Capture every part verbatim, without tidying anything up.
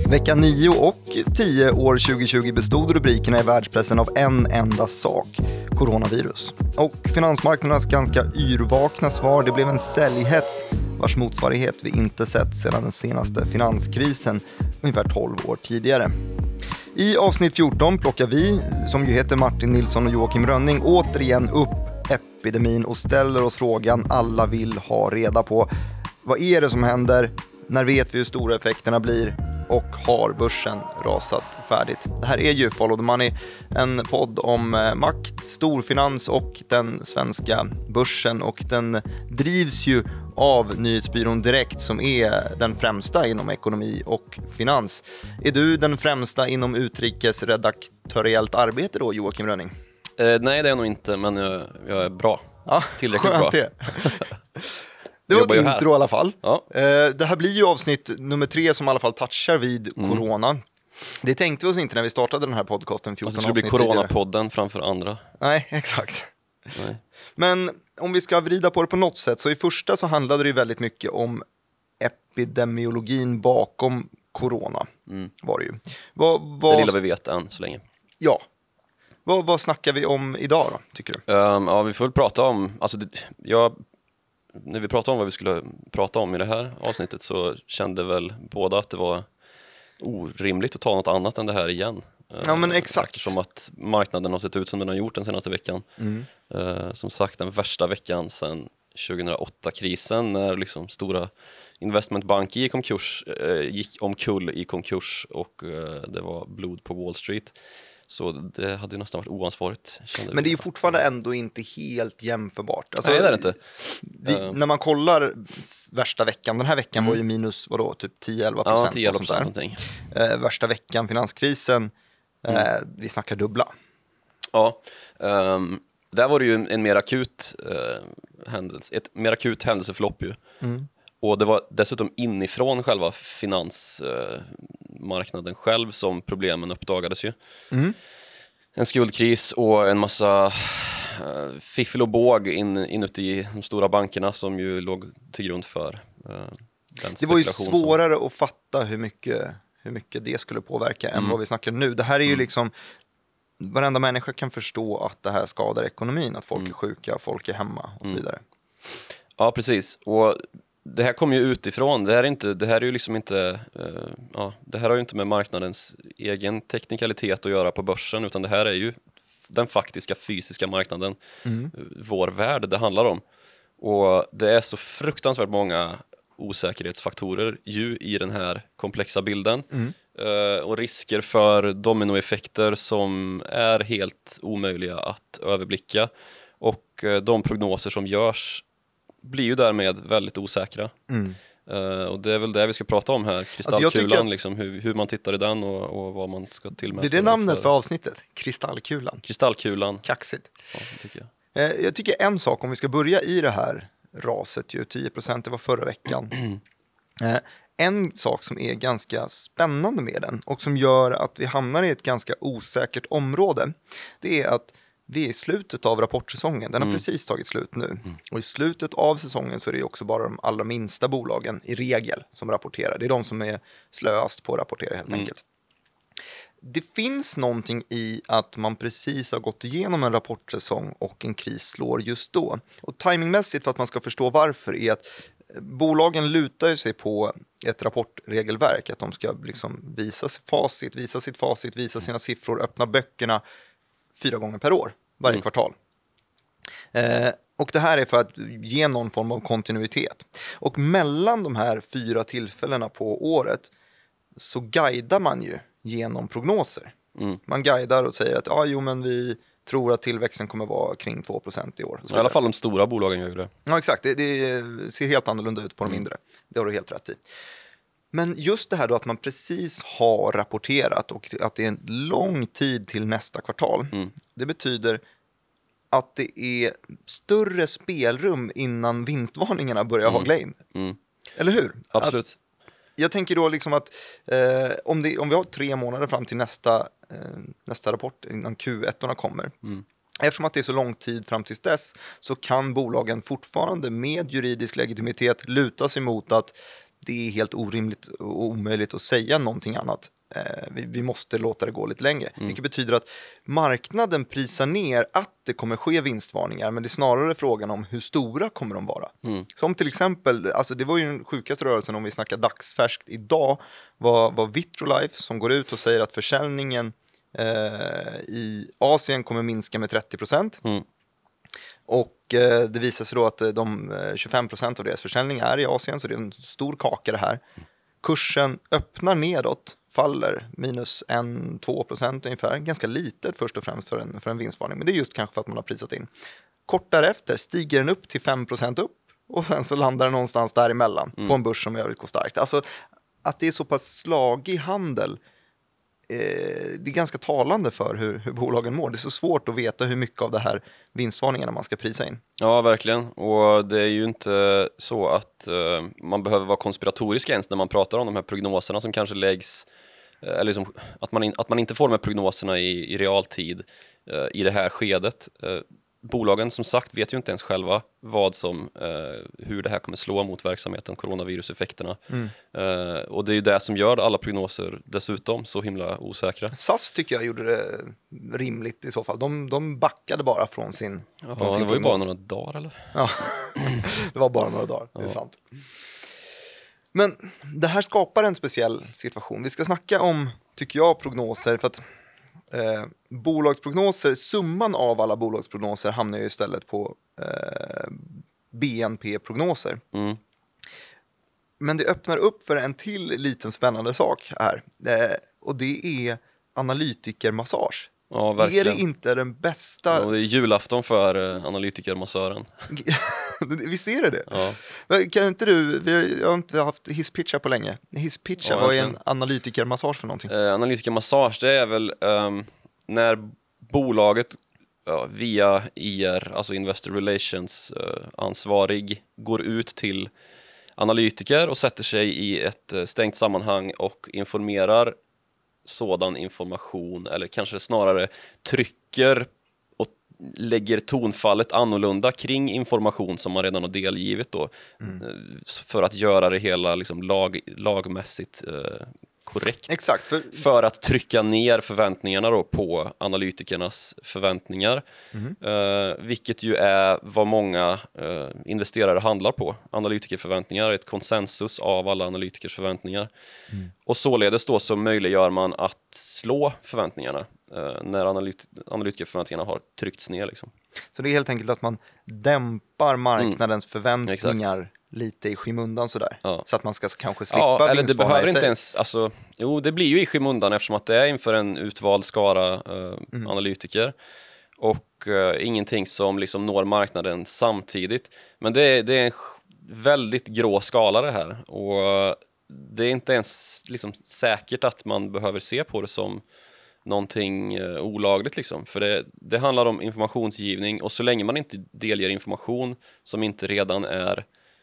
Vecka nio och tio år tjugohundratjugo bestod rubrikerna i världspressen av en enda sak, coronavirus. Och finansmarknadernas ganska yrvakna svar, det blev en säljhets vars motsvarighet vi inte sett sedan den senaste finanskrisen ungefär tolv år tidigare. I avsnitt fjorton plockar vi, som ju heter Martin Nilsson och Joakim Rönning, återigen upp epidemin och ställer oss frågan alla vill ha reda på. Vad är det som händer? När vet vi hur stora effekterna blir? Och har börsen rasat färdigt? Det här är ju Follow the Money, en podd om makt, storfinans och den svenska börsen. Och den drivs ju av nyhetsbyrån Direkt som är den främsta inom ekonomi och finans. Är du den främsta inom utrikesredaktoriellt arbete då, Joakim Rönning? Eh, nej, det är jag nog inte, men jag, jag är bra. Ja, tillräckligt bra. Det. Det var ett intro i alla fall. Ja. Det här blir ju avsnitt nummer tre som i alla fall touchar vid mm. corona. Det tänkte vi oss inte när vi startade den här podcasten fjorton avsnitt tidigare. Det skulle bli coronapodden framför andra. Nej, exakt. Nej. Men om vi ska vrida på det på något sätt, så i första så handlade det ju väldigt mycket om epidemiologin bakom corona. Mm. Var det ju. Vad, vad... Det lilla vi vet än så länge. Ja. Vad, vad snackar vi om idag då, tycker du? Um, ja, vi får väl prata om... Alltså det, jag... När vi pratade om vad vi skulle prata om i det här avsnittet så kände väl båda att det var orimligt att ta något annat än det här igen. Ja, men exakt. Eftersom att marknaden har sett ut som den har gjort den senaste veckan. Mm. Uh, som sagt, den värsta veckan sedan tjugohundraåtta-krisen när liksom stora investmentbanker gick, konkurs, uh, gick omkull i konkurs och uh, det var blod på Wall Street. Så det hade ju nästan varit oansvarigt. Men det är ju fortfarande ändå inte helt jämförbart. Alltså, nej, det är det inte. Vi, uh. När man kollar värsta veckan, den här veckan mm. var ju minus vadå, typ tio till elva procent. Ja, tio till elva procent någonting. Eh, värsta veckan, finanskrisen, eh, mm. vi snackar dubbla. Ja, um, där var det ju en, en mer akut uh, händelse, ett mer akut händelseförlopp ju. Mm. Och det var dessutom inifrån själva finansmarknaden uh, själv som problemen uppdagades ju. Mm. En skuldkris och en massa uh, fiffel och båg in, inuti de stora bankerna som ju låg till grund för uh, den det var ju svårare som... att fatta hur mycket, hur mycket det skulle påverka mm. än vad vi snackar nu. Det här är ju mm. liksom, varenda människa kan förstå att det här skadar ekonomin, att folk mm. är sjuka, folk är hemma och så vidare. Mm. Ja, precis. Och det här kommer ju utifrån. Det här är inte, det här är ju liksom inte, uh, ja, det här har ju inte med marknadens egen teknikalitet att göra på börsen, utan det här är ju den faktiska fysiska marknaden, mm. vår värld det handlar om. Och det är så fruktansvärt många osäkerhetsfaktorer ju i den här komplexa bilden. Mm. Uh, och risker för dominoeffekter som är helt omöjliga att överblicka. Och uh, de prognoser som görs blir ju därmed väldigt osäkra. Mm. Uh, och det är väl det vi ska prata om här. Kristallkulan, alltså att... liksom, hur, hur man tittar i den och, och vad man ska tillmäta. Det är det namnet för, för avsnittet, Kristallkulan. Kristallkulan. Kaxigt. Ja, det tycker jag. Uh, jag tycker en sak, om vi ska börja i det här raset, ju tio procent, det var förra veckan. uh, en sak som är ganska spännande med den och som gör att vi hamnar i ett ganska osäkert område, det är att vi är i slutet av rapportsäsongen. Den har mm. precis tagit slut nu. Mm. Och i slutet av säsongen så är det också bara de allra minsta bolagen i regel som rapporterar. Det är de som är slöast på att rapportera helt mm. enkelt. Det finns någonting i att man precis har gått igenom en rapportsäsong och en kris slår just då. Och timingmässigt, för att man ska förstå varför, är att bolagen lutar sig på ett rapportregelverk. Att de ska liksom visa sitt facit, visa sitt facit, visa sina siffror, öppna böckerna fyra gånger per år, varje mm. kvartal. Eh, och det här är för att ge någon form av kontinuitet. Och mellan de här fyra tillfällena på året så guidar man ju genom prognoser. Mm. Man guidar och säger att ah, jo, men vi tror att tillväxten kommer vara kring två procent i år. I alla fall de stora bolagen gör det. Ja, exakt. Det, det ser helt annorlunda ut på de mindre. Det har du helt rätt i. Men just det här då att man precis har rapporterat och att det är en lång tid till nästa kvartal. Mm. Det betyder att det är större spelrum innan vinstvarningarna börjar mm. hagla in. Mm. Eller hur? Absolut. Att, jag tänker då liksom att eh, om, det, om vi har tre månader fram till nästa, eh, nästa rapport innan Q ett kommer. Mm. Eftersom att det är så lång tid fram till dess så kan bolagen fortfarande med juridisk legitimitet luta sig mot att det är helt orimligt och omöjligt att säga någonting annat. Vi, vi måste låta det gå lite längre. Mm. Vilket betyder att marknaden prisar ner att det kommer ske vinstvarningar, men det är snarare frågan om hur stora kommer de vara. Mm. Som till exempel, alltså det var ju den sjukaste rörelsen om vi snackar dagsfärskt idag, var, var Vitrolife som går ut och säger att försäljningen eh, i Asien kommer minska med trettio procent. Mm. Och eh, det visar sig då att de tjugofem procent av deras försäljning är i Asien, så det är en stor kaka det här. Kursen öppnar nedåt, faller minus ett till två procent ungefär. Ganska litet först och främst för en, för en vinstvarning. Men det är just kanske för att man har prisat in. Kort därefter stiger den upp till fem procent upp. Och sen så landar den någonstans däremellan. Mm. På en börs som i övrigt går starkt. Alltså att det är så pass slagig handel. Eh, det är ganska talande för hur, hur bolagen mår. Det är så svårt att veta hur mycket av det här vinstvarningarna man ska prisa in. Ja, verkligen. Och det är ju inte så att uh, man behöver vara konspiratorisk ens när man pratar om de här prognoserna som kanske läggs, uh, eller liksom, att, man in, att man inte får de här prognoserna i, i realtid uh, i det här skedet. Uh, bolagen som sagt vet ju inte ens själva vad som, uh, hur det här kommer slå mot verksamheten, coronaviruseffekterna. Mm. Uh, och det är ju det som gör alla prognoser dessutom så himla osäkra. S A S tycker jag gjorde det rimligt i så fall. De, de backade bara från sin Ja, från sin det var ju bara några dagar eller? Ja, det var bara några dagar, ja. Det är sant. Men det här skapar en speciell situation. Vi ska snacka om, tycker jag, prognoser för att Eh, bolagsprognoser, summan av alla bolagsprognoser hamnar ju istället på eh, B N P-prognoser. Mm. Men det öppnar upp för en till liten spännande sak här. Eh, och det är analytikermassage. Ja, verkligen. Är det inte den bästa... Ja, det är julafton för uh, analytikermassören. Visst är det det? Ja. Kan inte du, vi har, jag har inte haft hisspitcha på länge. Hisspitcha, ja, vad är en analytikermassage för någonting? Uh, analytikermassage, det är väl um, när bolaget uh, via I R, alltså Investor Relations uh, ansvarig, går ut till analytiker och sätter sig i ett uh, stängt sammanhang och informerar sådan information, eller kanske snarare trycker och lägger tonfallet annorlunda kring information som man redan har delgivit då, mm. för att göra det hela liksom lag, lagmässigt eh, korrekt. Exakt. För... för att trycka ner förväntningarna då på analytikernas förväntningar, mm. eh, vilket ju är vad många eh, investerare handlar på. Analytikerförväntningar är ett konsensus av alla analytikers förväntningar. Mm. Och således då så möjliggör man att slå förväntningarna eh, när analyt- analytikerförväntningarna har tryckts ner. Liksom. Så det är helt enkelt att man dämpar marknadens mm. förväntningar Exakt. Lite i skymundan sådär. Ja. Så att man ska kanske slippa ja, eller det behöver inte ens, alltså, jo det blir ju i skymundan eftersom att det är inför en utvald skara eh, mm. analytiker och eh, ingenting som liksom når marknaden samtidigt. Men det är, det är en väldigt grå skala det här och eh, det är inte ens liksom säkert att man behöver se på det som någonting eh, olagligt liksom. För det, det handlar om informationsgivning och så länge man inte delger information som inte redan är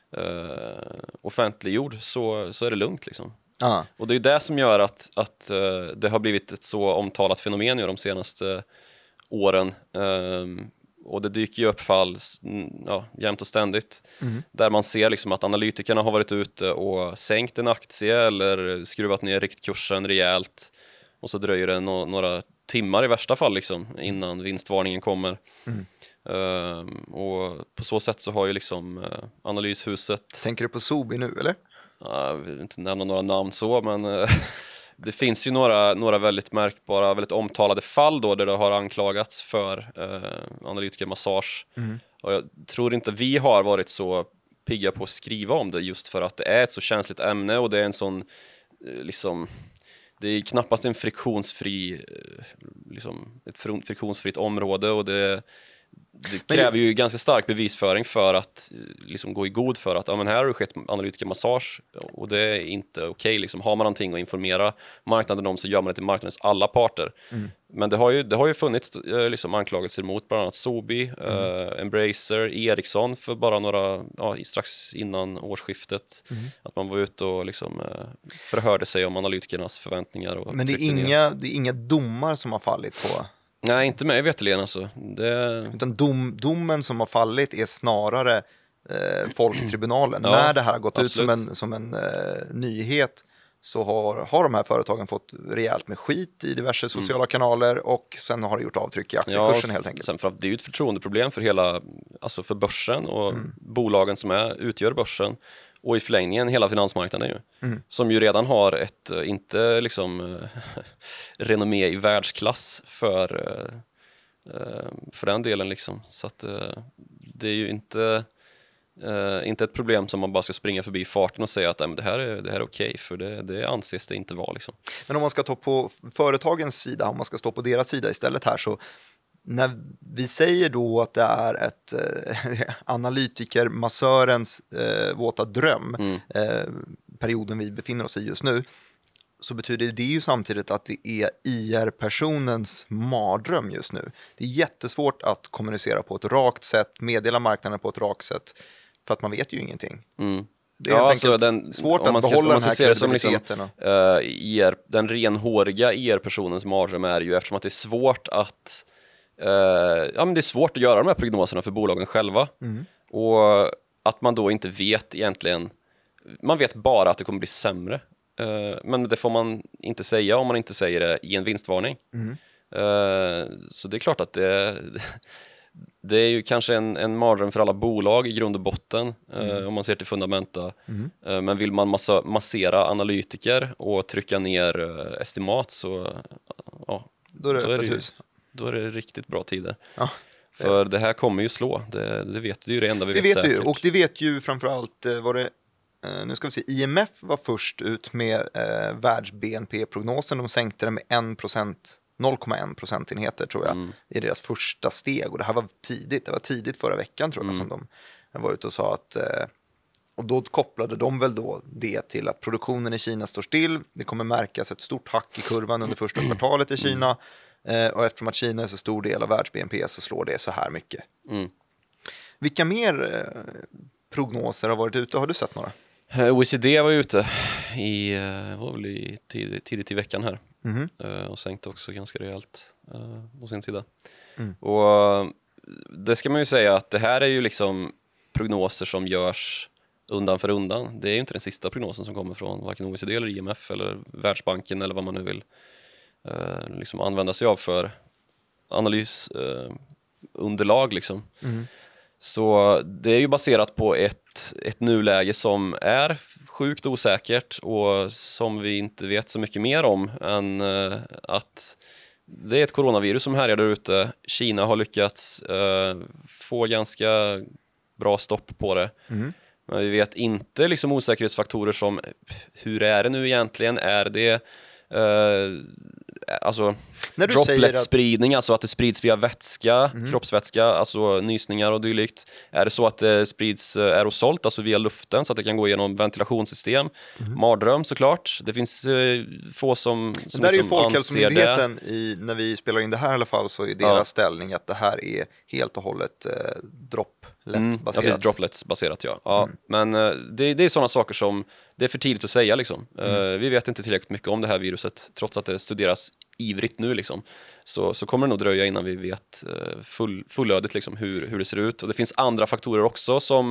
Uh, offentliggjord så, så är det lugnt liksom. Uh. Och det är det som gör att, att uh, det har blivit ett så omtalat fenomen de senaste åren, uh, och det dyker ju upp fall ja, jämt och ständigt mm. där man ser liksom att analytikerna har varit ute och sänkt en aktie eller skruvat ner riktkursen rejält och så dröjer det no- några timmar i värsta fall liksom, innan vinstvarningen kommer. Mm. Uh, och på så sätt så har ju liksom uh, analyshuset... Tänker du på Sobi nu eller? Uh, jag vill inte nämna några namn så, men uh, det finns ju några, några väldigt märkbara, väldigt omtalade fall då där det har anklagats för uh, analytikermassage. Mm. Och jag tror inte vi har varit så pigga på att skriva om det just för att det är ett så känsligt ämne och det är en sån uh, liksom... Det är knappast en friktionsfri uh, liksom ett friktionsfritt område och det Det kräver ju ganska stark bevisföring för att liksom gå i god för att ja, men här har det skett analytikermassage och det är inte okej. Okay, liksom. Har man någonting att informera marknaden om så gör man det till marknadens alla parter. Mm. Men det har ju, det har ju funnits liksom, anklagelser mot bland annat Sobi, mm. uh, Embracer, Ericsson för bara några, ja, strax innan årsskiftet. Mm. Att man var ute och liksom, uh, förhörde sig om analytikernas förväntningar. Och men det är, inga, det är inga domar som har fallit på... Nej, inte mig veterligen alltså. Det... Utan dom, domen som har fallit är snarare eh, Folktribunalen. Ja, När det här har gått absolut. ut som en, som en eh, nyhet så har, har de här företagen fått rejält med skit i diverse sociala mm. kanaler och sen har det gjort avtryck i aktiekursen ja, helt enkelt. Sen för att det är ju ett förtroendeproblem för hela, alltså för börsen och mm. bolagen som är, utgör börsen och i förlängningen hela finansmarknaden ju, mm. som ju redan har ett, inte liksom renommé i världsklass för, för den delen liksom. Så att det är ju inte Uh, inte ett problem som man bara ska springa förbi i farten och säga att äh, men det här är, det här är okej, för det, det anses det inte vara. Liksom. Men om man ska ta på företagens sida, om man ska stå på deras sida istället här, så när vi säger då att det är ett eh, analytikermassörens eh, våta dröm, mm. eh, perioden vi befinner oss i just nu, så betyder det ju samtidigt att det är I R-personens mardröm just nu. Det är jättesvårt att kommunicera på ett rakt sätt, meddela marknaden på ett rakt sätt, för att man vet ju ingenting. Mm. Det är ja, alltså den, svårt att ska, behålla den här kredibiliteten. Liksom, uh, I R, den renhåriga I R-personens mardröm är ju, eftersom att det är svårt att uh, ja, men det är svårt att göra de här prognoserna för bolagen själva. Mm. Och att man då inte vet egentligen, man vet bara att det kommer bli sämre. Uh, men det får man inte säga om man inte säger det i en vinstvarning. Mm. Uh, så det är klart att det, det är ju kanske en, en mardröm för alla bolag i grund och botten, mm. uh, om man ser till fundamenta. Mm. Uh, men vill man massa, massera analytiker och trycka ner uh, estimat så uh, ja, då är det, då är det, hus. Då är det riktigt bra tider. Ja. För det här kommer ju slå, det, det vet du, det är ju det enda vi det vet, vet säkert. Du, och det vet ju framförallt uh, vad det Uh, nu ska vi se, I M F var först ut med uh, världs-B N P-prognosen. De sänkte den med en procent, noll komma en procentenheter tror jag, mm. i deras första steg. Och det här var tidigt, det var tidigt förra veckan tror jag, mm. som de var ute och sa att... Uh, och då kopplade de väl då det till att produktionen i Kina står still. Det kommer märkas ett stort hack i kurvan under första kvartalet i Kina. Uh, och eftersom att Kina är så stor del av världs-B N P så slår det så här mycket. Mm. Vilka mer uh, prognoser har varit ute? Har du sett några? O E C D var ute i, var väl i tid, tidigt i veckan här mm. och sänkte också ganska rejält uh, på sin sida. Mm. Och det ska man ju säga att det här är ju liksom prognoser som görs undan för undan. Det är ju inte den sista prognosen som kommer från varken O E C D eller I M F eller Världsbanken eller vad man nu vill uh, liksom använda sig av för analysunderlag uh, liksom. Mm. Så det är ju baserat på ett, ett nuläge som är sjukt osäkert och som vi inte vet så mycket mer om än uh, att det är ett coronavirus som härjar där ute. Kina har lyckats uh, få ganska bra stopp på det. Mm. Men vi vet inte liksom osäkerhetsfaktorer som hur är det nu egentligen? Är det uh, alltså droplet-spridning, att... alltså att det sprids via vätska, mm. kroppsvätska, alltså nysningar och dylikt. Är det så att det sprids aerosolt, alltså via luften, så att det kan gå igenom ventilationssystem? Mm. Mardröm såklart. Det finns eh, få som, som där är ju liksom Folkhälsomyndigheten i, när vi spelar in det här i alla fall, så är deras ja. ställning att det här är helt och hållet eh, dropplet-baserat. Mm, ja, droplets-baserat, ja. ja mm. Men eh, det, det är sådana saker som det är för tidigt att säga liksom. Mm. Uh, vi vet inte tillräckligt mycket om det här viruset, trots att det studeras ivrigt nu liksom. Så, så kommer det nog dröja innan vi vet uh, full, fullödigt liksom, hur, hur det ser ut. Och det finns andra faktorer också som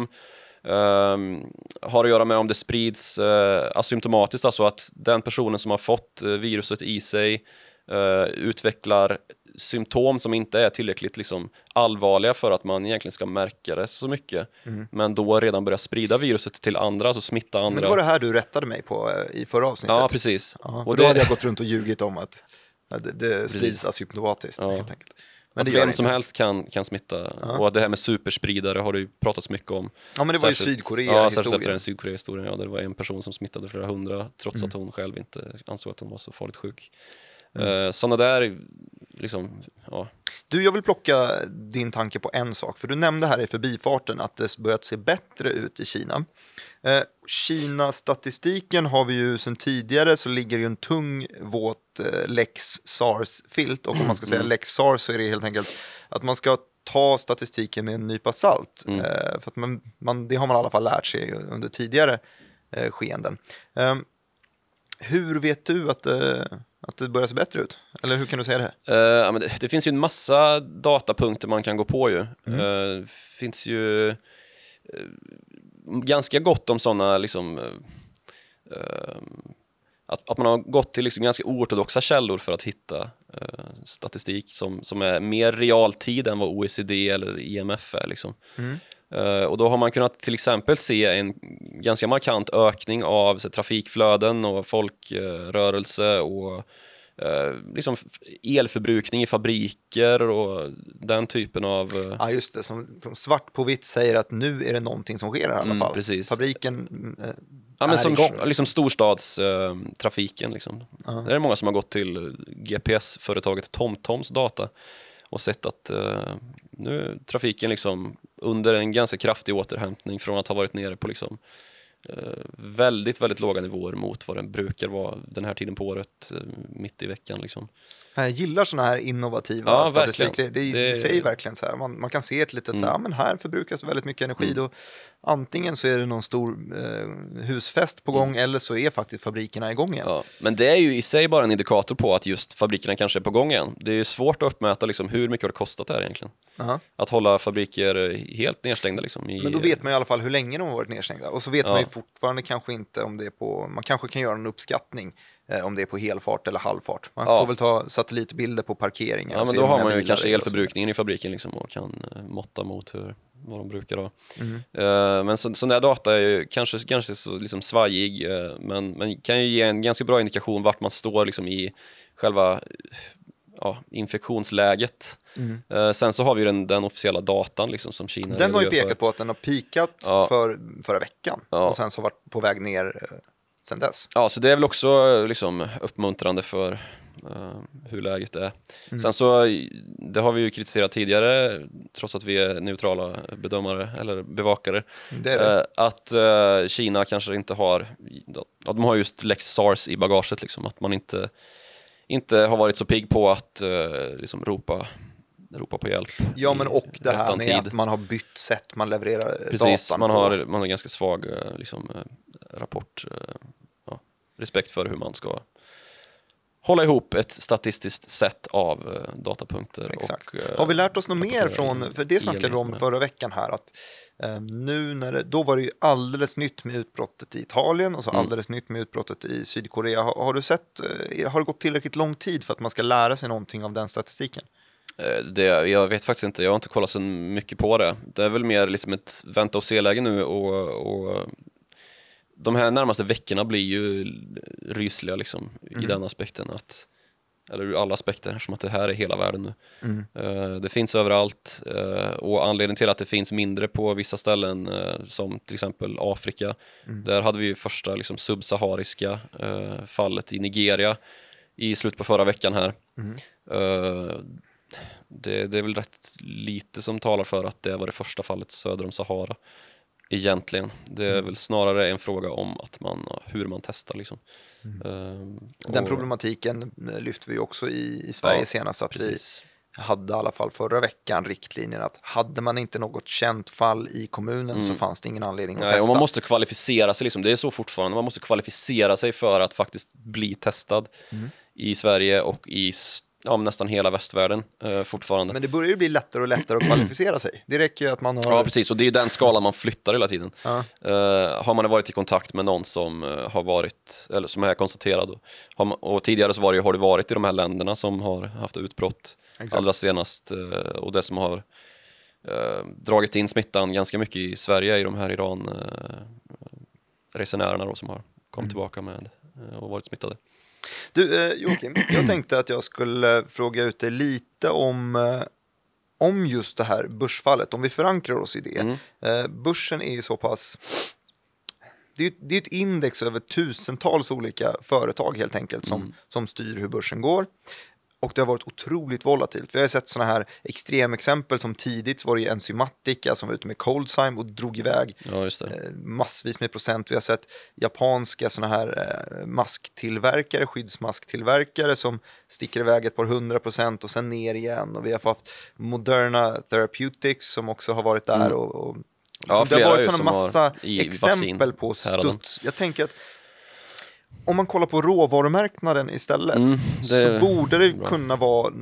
uh, har att göra med om det sprids uh, asymptomatiskt, alltså att den personen som har fått uh, viruset i sig uh, utvecklar symptom som inte är tillräckligt liksom, allvarliga för att man egentligen ska märka det så mycket. Mm. Men då redan börjar sprida viruset till andra, alltså smitta andra. Men det var det här du rättade mig på i förra avsnittet. Ja, precis. Ja, och då det... hade jag gått runt och ljugit om att det, det sprids asymptomatiskt. Ja. Helt enkelt. Men att vem som helst kan, kan smitta. Ja. Och det här med superspridare har det ju pratats mycket om. Ja, men det var särskilt, ju Sydkorea-historien. Ja, särskilt efter den Sydkorea-historien. Ja, det var en person som smittade flera hundra, trots mm. att hon själv inte ansåg att hon var så farligt sjuk. Mm. Uh, sådana där liksom, ja. Du, jag vill plocka din tanke på en sak, för du nämnde här i förbifarten att det börjat se bättre ut i Kina. Uh, Kina-statistiken har vi ju sedan tidigare, så ligger ju en tung våt uh, Lex SARS-filt, och om man ska säga Lex SARS så är det helt enkelt att man ska ta statistiken med en nypa salt. Mm. Uh, för att man, man, det har man i alla fall lärt sig under tidigare uh, skeenden. Uh, hur vet du att uh, Att det börjar se bättre ut? Eller hur kan du säga det? Uh, ja, men det, det finns ju en massa datapunkter man kan gå på ju. Mm. Uh, finns ju... ganska gott om sådana liksom, eh, att, att man har gått till liksom ganska oortodoxa källor för att hitta eh, statistik som, som är mer realtid än vad O E C D eller I M F är liksom. Mm. Uh, och då har man kunnat till exempel se en ganska markant ökning av så, trafikflöden och folkrörelse uh, och uh, liksom elförbrukning i fabriker och den typen av... Uh... Ja just det, som, som svart på vitt säger att nu är det någonting som sker i alla mm, fall. Precis. Fabriken uh, ja, men är som, igång. Liksom storstadstrafiken. Uh, liksom. Uh. Det är många som har gått till G P S-företaget TomToms data och sett att uh, nu är trafiken liksom under en ganska kraftig återhämtning från att ha varit nere på liksom, uh, väldigt, väldigt låga nivåer mot vad den brukar vara den här tiden på året, uh, mitt i veckan. Liksom. Jag gillar såna här innovativa ja, statistik. Det, det, det säger verkligen så här. Man, man kan se ett litet mm. så här, ja, men här förbrukas väldigt mycket energi. Mm. Då, antingen så är det någon stor eh, husfest på gång mm. eller så är faktiskt fabrikerna igång igen. Ja, men det är ju i sig bara en indikator på att just fabrikerna kanske är på gång igen. Det är ju svårt att uppmäta liksom, hur mycket det har kostat det här egentligen. Uh-huh. Att hålla fabriker helt nedstängda. Liksom, i, men då vet man i alla fall hur länge de har varit nedstängda. Och så vet ja. man ju fortfarande kanske inte om det är på, man kanske kan göra en uppskattning eh, om det är på helfart eller halvfart. Man ja. får väl ta satellitbilder på parkeringar. Ja, men då har man ju kanske elförbrukningen i fabriken liksom, och kan uh, måtta mot hur vad de brukar ha. Mm. Uh, men så, sån där data är ju kanske, kanske så liksom svajig, uh, men, men kan ju ge en ganska bra indikation vart man står liksom i själva ja, infektionsläget. Mm. Uh, sen så har vi ju den, den officiella datan liksom, som Kina den har ju pekat för. på att den har pikat ja. för förra veckan ja. och sen så har varit på väg ner uh, sen dess. Ja, så det är väl också liksom, uppmuntrande för Uh, hur läget är. Mm. Sen så, det har vi ju kritiserat tidigare, trots att vi är neutrala bedömare eller bevakare, det är det. Uh, att uh, Kina kanske inte har, ja, de har just Lex SARS i bagaget, liksom, att man inte, inte har varit så pigg på att uh, liksom ropa, ropa på hjälp. Ja, men och det här med tid. Att man har bytt sätt man levererar Precis, datan man på. har, man har ganska svag uh, liksom, uh, rapport, uh, ja, respekt för hur man ska hålla ihop ett statistiskt sätt av uh, datapunkter. Exakt. Och, uh, har vi lärt oss något mer från, för det snackade vi om förra veckan här, att uh, nu när det, då var det ju alldeles nytt med utbrottet i Italien och så mm. alldeles nytt med utbrottet i Sydkorea. Har, har du sett, uh, har det gått tillräckligt lång tid för att man ska lära sig någonting av den statistiken? Uh, det, jag vet faktiskt inte, jag har inte kollat så mycket på det. Det är väl mer liksom ett vänta och se-läge nu och, och de här närmaste veckorna blir ju rysliga liksom, mm. i den aspekten att, eller ur alla aspekter, som att det här är hela världen nu. Mm. Uh, det finns överallt uh, och anledningen till att det finns mindre på vissa ställen uh, som till exempel Afrika, mm. där hade vi ju första liksom, subsahariska uh, fallet i Nigeria i slutet på förra veckan här. Mm. Uh, det, det är väl rätt lite som talar för att det var det första fallet söder om Sahara. Egentligen. Det är mm. väl snarare en fråga om att man, hur man testar. Liksom. Mm. Uh, Den och... problematiken lyfte vi också i, i Sverige ja, senast. Att precis. Vi hade i alla fall förra veckan riktlinjer att hade man inte något känt fall i kommunen mm. så fanns det ingen anledning att Nej, testa. Och man måste kvalificera sig. Liksom. Det är så fortfarande. Man måste kvalificera sig för att faktiskt bli testad mm. i Sverige och i ja, nästan hela västvärlden eh, fortfarande. Men det börjar ju bli lättare och lättare att kvalificera sig. Det räcker ju att man har... Ja, precis. Och det är ju den skalan man flyttar hela tiden. Ja. Uh, har man varit i kontakt med någon som uh, har varit, eller som är konstaterad. Har man, och tidigare så var det ju, har det varit i de här länderna som har haft utbrott. Exakt. Allra senast. Uh, och det som har uh, dragit in smittan ganska mycket i Sverige är de här Iran-resenärerna uh, som har kommit mm. tillbaka med uh, och varit smittade. Du eh, Joakim, jag tänkte att jag skulle fråga ut dig lite om, eh, om just det här börsfallet, om vi förankrar oss i det. Mm. Eh, börsen är ju så pass, det är, det är ett index över tusentals olika företag helt enkelt som, mm. som styr hur börsen går. Och det har varit otroligt volatilt. Vi har sett såna här extremexempel som tidigt så var det ju Enzymatica som var ute med Coldsime och drog iväg ja, just det. Eh, massvis med procent. Vi har sett japanska såna här eh, masktillverkare, skyddsmasktillverkare som sticker iväg ett par hundra procent och sen ner igen. Och vi har haft Moderna Therapeutics som också har varit där. Mm. Och, och, ja, det har varit såna massa i exempel på studs. Jag tänker att om man kollar på råvarumarknaden istället mm, så borde det bra. kunna vara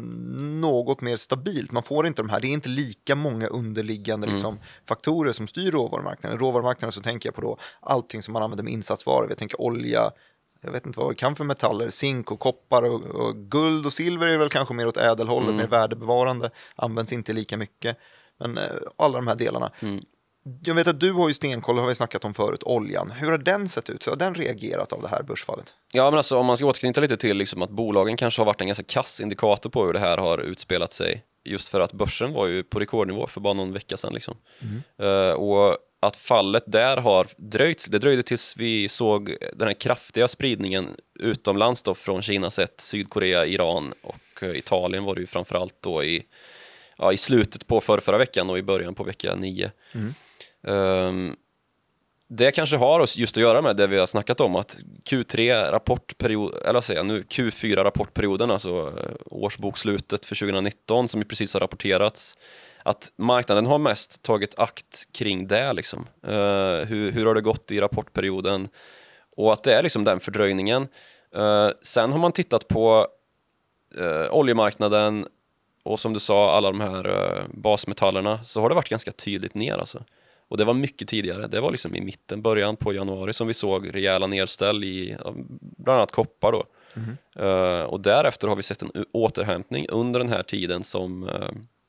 något mer stabilt. Man får inte de här, det är inte lika många underliggande Mm. liksom, faktorer som styr råvarumarknaden. Råvarumarknaden så tänker jag på då allting som man använder med insatsvaror. Jag tänker olja, jag vet inte vad det kan för metaller, zink och koppar och, och guld och silver är väl kanske mer åt ädelhållet, Mm. mer värdebevarande, används inte lika mycket. Men eh, alla de här delarna. Mm. Jag vet att du har ju stenkoll, har vi snackat om förut, oljan. Hur har den sett ut? Hur har den reagerat av det här börsfallet? Ja, men alltså om man ska återknyta lite till liksom att bolagen kanske har varit en ganska kass indikator på hur det här har utspelat sig. Just för att börsen var ju på rekordnivå för bara någon vecka sedan. Liksom. Mm. Uh, och att fallet där har dröjt, det dröjde tills vi såg den här kraftiga spridningen utomlands då, från Kina sett, Sydkorea, Iran och uh, Italien var det ju framförallt då i, ja, i slutet på förra, förra veckan och i början på vecka nio. Mm. Um, det kanske har oss just att göra med det vi har snackat om, att Q tre rapportperiod, eller vad säger jag nu, Q fyra rapportperioden, alltså årsbokslutet för tjugonitton som ju precis har rapporterats, att marknaden har mest tagit akt kring det liksom. Uh, hur, hur har det gått i rapportperioden och att det är liksom den fördröjningen. Uh, sen har man tittat på uh, oljemarknaden och som du sa, alla de här uh, basmetallerna, så har det varit ganska tydligt ner alltså. Och det var mycket tidigare, det var liksom i mitten, början på januari som vi såg rejäla nedställ i bland annat koppar då. Mm. Uh, och därefter har vi sett en återhämtning under den här tiden som, uh,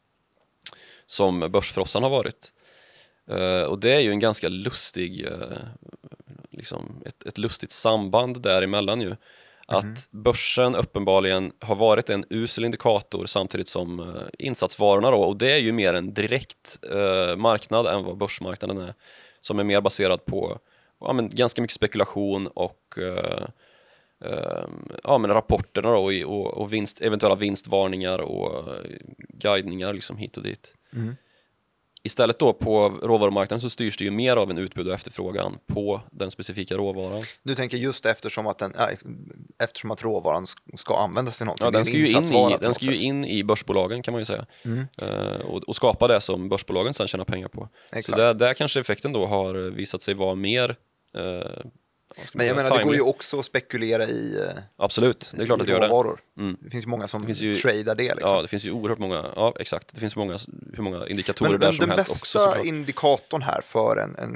som börsfrossan har varit. Uh, och det är ju en ganska lustig, uh, liksom ett, ett lustigt samband däremellan ju. Att mm. börsen uppenbarligen har varit en usel indikator samtidigt som uh, insatsvarorna då, och det är ju mer en direkt uh, marknad än vad börsmarknaden är, som är mer baserad på ja, men ganska mycket spekulation och uh, uh, ja, men rapporterna då, och, och, och vinst, eventuella vinstvarningar och uh, guidningar liksom hit och dit. Mm. Istället då på råvarumarknaden så styrs det ju mer av en utbud och efterfrågan på den specifika råvaran. Du tänker just eftersom att, den, äh, eftersom att råvaran ska användas till någonting. Ja, den ska, ju in, i, den ska ju in i börsbolagen kan man ju säga. Mm. Uh, och, och skapa det som börsbolagen sen tjänar pengar på. Exakt. Så där, där kanske effekten då har visat sig vara mer... Uh, Men jag menar, timely. Det går ju också att spekulera i uh, absolut, det är klart att det gör det. Mm. Det finns ju många som ju, tradar det. Liksom. Ja, det finns ju oerhört många, ja exakt, det finns många, hur många indikatorer men, där men som helst också. Den bästa indikatorn här för en, en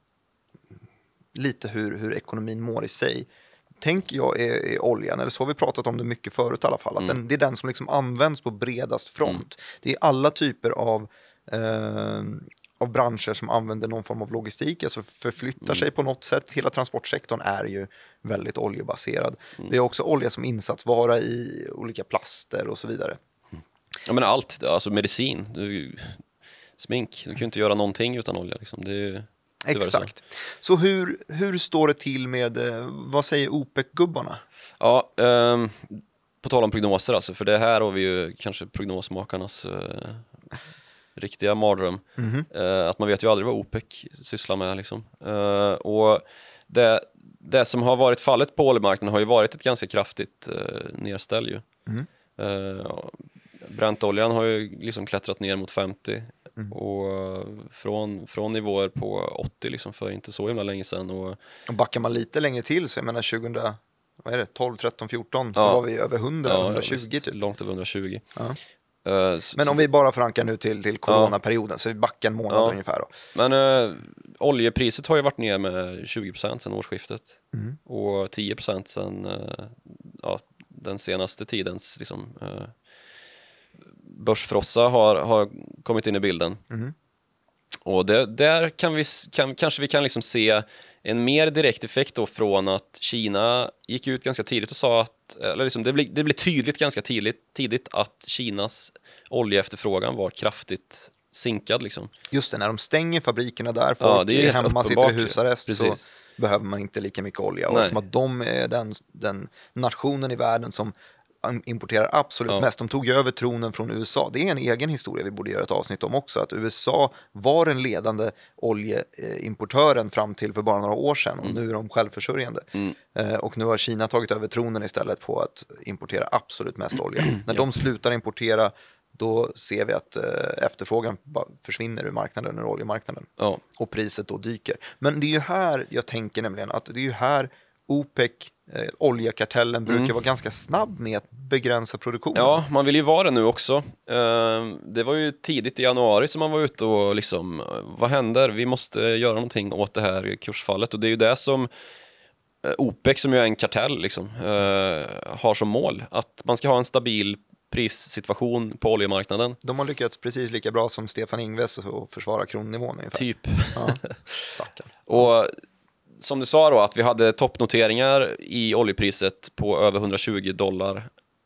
lite hur, hur ekonomin mår i sig, tänker jag är, är oljan, eller så har vi pratat om det mycket förut i alla fall, att mm. den, det är den som liksom används på bredast front. Mm. Det är alla typer av eh, av branscher som använder någon form av logistik, alltså förflyttar mm. sig på något sätt. Hela transportsektorn är ju väldigt oljebaserad. Mm. Vi har också olja som insatsvara i olika plaster och så vidare. Mm. Ja, men allt, alltså medicin, du, smink, du kan ju inte göra någonting utan olja. Liksom. Det är ju, exakt. Så, så hur, hur står det till med, vad säger OPEC-gubbarna? Ja, um, på tal om prognoser alltså, för det här har vi ju kanske prognosmakarnas... Uh, riktiga mardröm. Mm-hmm. Uh, att man vet ju aldrig vad OPEC sysslar med. Liksom. Uh, och det, det som har varit fallet på oljemarknaden har ju varit ett ganska kraftigt uh, nedställ. Ju. Mm. Uh, Brentoljan har ju liksom klättrat ner mot femtio mm. och uh, från, från nivåer på åttio liksom, för inte så himla länge sedan. Och, och backar man lite längre till så jag menar tjugo, vad är det, tolv, tretton, fjorton så ja. var vi över hundra, ja, hundratjugo ja, typ. Långt över hundratjugo. Ja. Uh, Men om vi bara förankrar nu till, till coronaperioden, ja. så vi backar en månad ja. ungefär då. Men uh, oljepriset har ju varit ner med tjugo procent sedan årsskiftet mm. och tio procent sedan uh, ja, den senaste tidens liksom, uh, börsfrossa har, har kommit in i bilden. Mm. Och det, där kan vi, kan, kanske vi kan liksom se en mer direkt effekt då från att Kina gick ut ganska tidigt och sa att, eller liksom det blev det blev tydligt ganska tidigt, tidigt att Kinas oljeefterfrågan var kraftigt sinkad liksom. Just det, när de stänger fabrikerna där, folk ja, det är hemma, sitter i husarrest, så behöver man inte lika mycket olja. Och eftersom att de är den, den nationen i världen som importerar absolut ja. mest. De tog ju över tronen från U S A. Det är en egen historia vi borde göra ett avsnitt om också. Att U S A var den ledande oljeimportören fram till för bara några år sedan. Mm. Och nu är de självförsörjande. Mm. Och nu har Kina tagit över tronen istället på att importera absolut mest olja. Mm. När ja. de slutar importera, då ser vi att efterfrågan försvinner ur marknaden, ur oljemarknaden. Ja. Och priset då dyker. Men det är ju här jag tänker nämligen att det är ju här OPEC, eh, oljekartellen, brukar Mm. vara ganska snabb med att begränsa produktionen. Ja, man vill ju vara det nu också. Eh, det var ju tidigt i januari som man var ute och liksom, eh, vad händer? Vi måste göra någonting åt det här kursfallet, och det är ju det som eh, OPEC, som ju är en kartell, liksom, eh, har som mål. Att man ska ha en stabil prissituation på oljemarknaden. De har lyckats precis lika bra som Stefan Ingves att försvara kronnivån ungefär. Typ. Ja, stackarn. Och som du sa då, att vi hade toppnoteringar i oljepriset på över hundratjugo dollar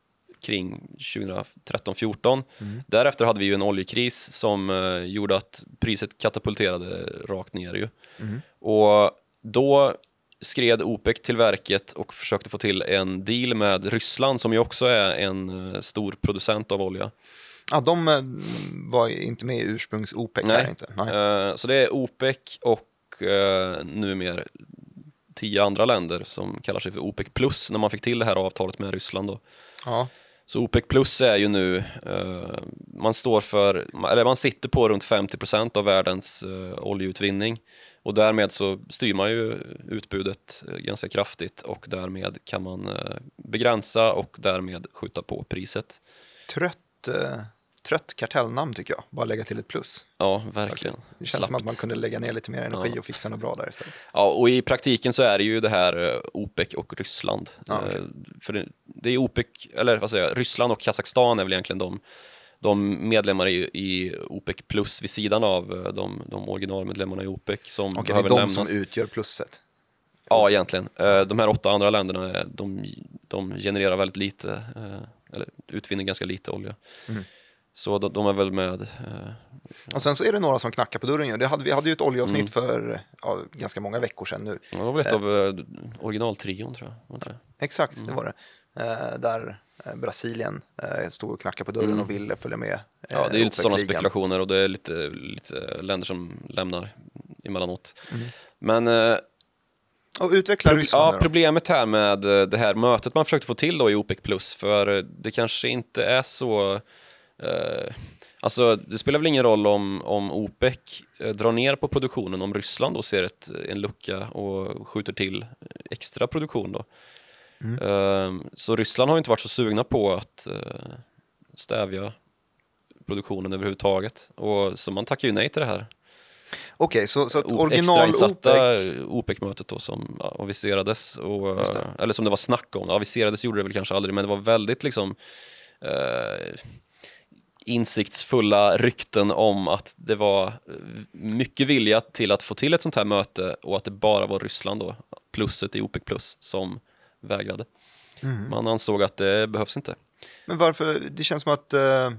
kring tjugotretton fjorton. Mm. Därefter hade vi ju en oljekris som eh, gjorde att priset katapulterade rakt ner ju. Mm. Och då skred OPEC till verket och försökte få till en deal med Ryssland, som ju också är en eh, stor producent av olja. Ja, de eh, var inte med i ursprungs-OPEC. Nej. Här inte. Nej. Eh, så det är OPEC och eh, numera tio andra länder som kallar sig för OPEC plus, när man fick till det här avtalet med Ryssland då. Ja. Så OPEC plus är ju nu, eh, man står för, eller man sitter på runt femtio procent av världens eh, oljeutvinning, och därmed så styr man ju utbudet eh, ganska kraftigt, och därmed kan man eh, begränsa och därmed skjuta på priset. Trött, eh, trött kartellnamn tycker jag. Bara lägga till ett plus. Ja, verkligen. Det känns som att man kunde lägga ner lite mer energi Ja. och fixa något bra där istället. Ja, och i praktiken så är det ju det här eh, OPEC och Ryssland. Ja, okay. Eh, För det, det är OPEC, eller vad säger jag, Ryssland och Kazakstan är väl egentligen de, de medlemmar i, i OPEC plus vid sidan av eh, de, de originalmedlemmarna i OPEC som Okej, det är behöver de nämnas. som utgör plusset. Ja, egentligen. Eh, De här åtta andra länderna, är- de, de genererar väldigt lite, eh, eller utvinner ganska lite olja. Mm. Så de, de är väl med. eh, Och sen så är det några som knackar på dörren. ju. Det hade, vi hade ju ett oljeavsnitt Mm. för ja, ganska många veckor sedan nu. Det var väl ett av eh, originaltrion, tror jag. Var inte det? Exakt, Mm. det var det. Eh, där eh, Brasilien eh, stod och knackade på dörren Mm. och ville följa med. Eh, Ja, det är lite sådana OPEC-ligan. spekulationer, och det är lite, lite länder som lämnar emellanåt. Mm. Men eh, Och utveckla pro- Ryssland ja, nu då. problemet här med eh, det här mötet man försökte få till då i OPEC plus, för eh, det kanske inte är så... Eh, alltså, det spelar väl ingen roll om, om OPEC eh, drar ner på produktionen, om Ryssland då ser ett, en lucka och skjuter till extra produktion då. Mm. Eh, så Ryssland har inte varit så sugna på att eh, stävja produktionen överhuvudtaget, och så man tackar ju nej till det här Okej, så, så att O- original extrainsatta OPEC... OPEC-mötet då som ja, aviserades, och, Just det. eller som det var snack om. Aviserades gjorde det väl kanske aldrig, men det var väldigt liksom eh, insiktsfulla rykten om att det var mycket vilja till att få till ett sånt här möte, och att det bara var Ryssland då, plusset i OPEC plus, som vägrade. Mm. Man ansåg att det behövs inte. Men varför? Det känns som att eh,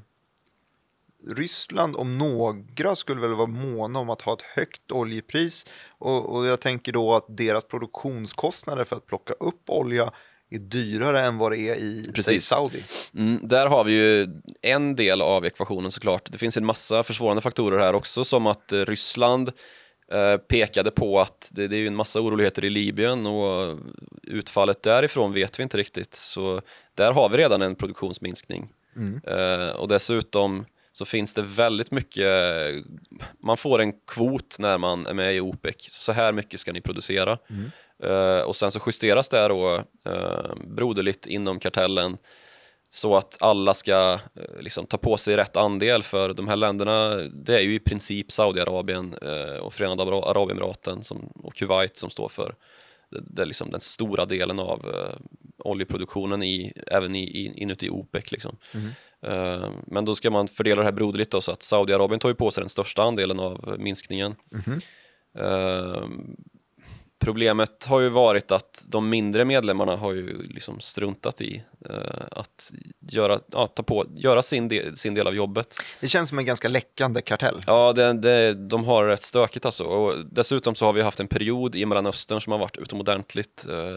Ryssland om några skulle väl vara måna om att ha ett högt oljepris. Och, och jag tänker då att deras produktionskostnader för att plocka upp olja är dyrare än vad det är i säg, Precis. Saudi. Mm, där har vi ju en del av ekvationen såklart. Det finns en massa försvårande faktorer här också, som att eh, Ryssland eh, pekade på att det, det är ju en massa oroligheter i Libyen, och utfallet därifrån vet vi inte riktigt. Så där har vi redan en produktionsminskning. Mm. Eh, och dessutom så finns det väldigt mycket, man får en kvot när man är med i OPEC. Så här mycket ska ni producera. Mm. Uh, och sen så justeras det då uh, broderligt inom kartellen, så att alla ska uh, liksom ta på sig rätt andel, för de här länderna, det är ju i princip Saudiarabien uh, och Förenade Arabemiraten som, och Kuwait som står för det, det är liksom den stora delen av uh, oljeproduktionen i, även i, i, inuti OPEC liksom. Mm. Uh, men då ska man fördela det här broderligt då, så att Saudiarabien tar ju på sig den största andelen av minskningen. Mm. Uh, Problemet har ju varit att de mindre medlemmarna har ju liksom struntat i uh, att göra, ja, ta på, göra sin, del, sin del av jobbet. Det känns som en ganska läckande kartell. Ja, det, det, de har rätt stökigt alltså. Och dessutom så har vi haft en period i Mellanöstern som har varit utomordentligt uh,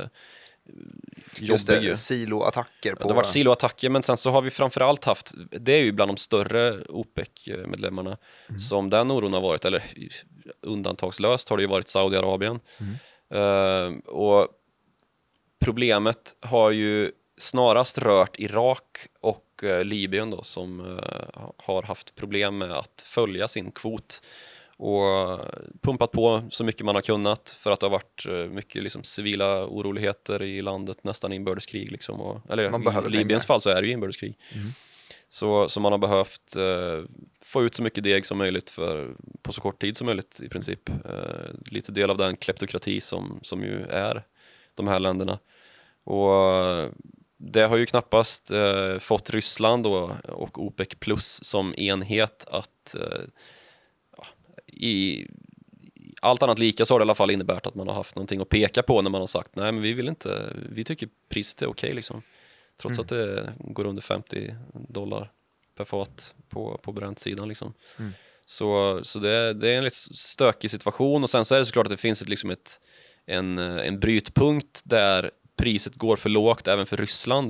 Just jobbig. det, siloattacker på... Det har varit siloattacker, men sen så har vi framförallt haft, det är ju bland de större OPEC-medlemmarna Mm. som den oron har varit, eller undantagslöst har det ju varit Saudiarabien. Mm. Uh, och problemet har ju snarast rört Irak och uh, Libyen då, som uh, har haft problem med att följa sin kvot. och pumpat på så mycket man har kunnat för att det har varit mycket liksom civila oroligheter i landet, nästan inbördeskrig liksom, och, eller Man i behöver Libyens pengar. fall så är det ju inbördeskrig. Mm. Så, så man har behövt eh, få ut så mycket deg som möjligt för, på så kort tid som möjligt i princip. Eh, lite del av den kleptokrati som, som ju är de här länderna. Och det har ju knappast eh, fått Ryssland och, och OPEC plus som enhet att eh, ja, i allt annat lika så har det i alla fall innebärt att man har haft någonting att peka på när man har sagt nej men vi vill inte, vi tycker priset är okej liksom. Trots mm. att det går under femtio dollar per fat på, på Brent-sidan liksom. Mm. Så, så det, det är en lite stökig situation och sen så är det såklart att det finns ett, liksom ett, en, en brytpunkt där priset går för lågt även för Ryssland.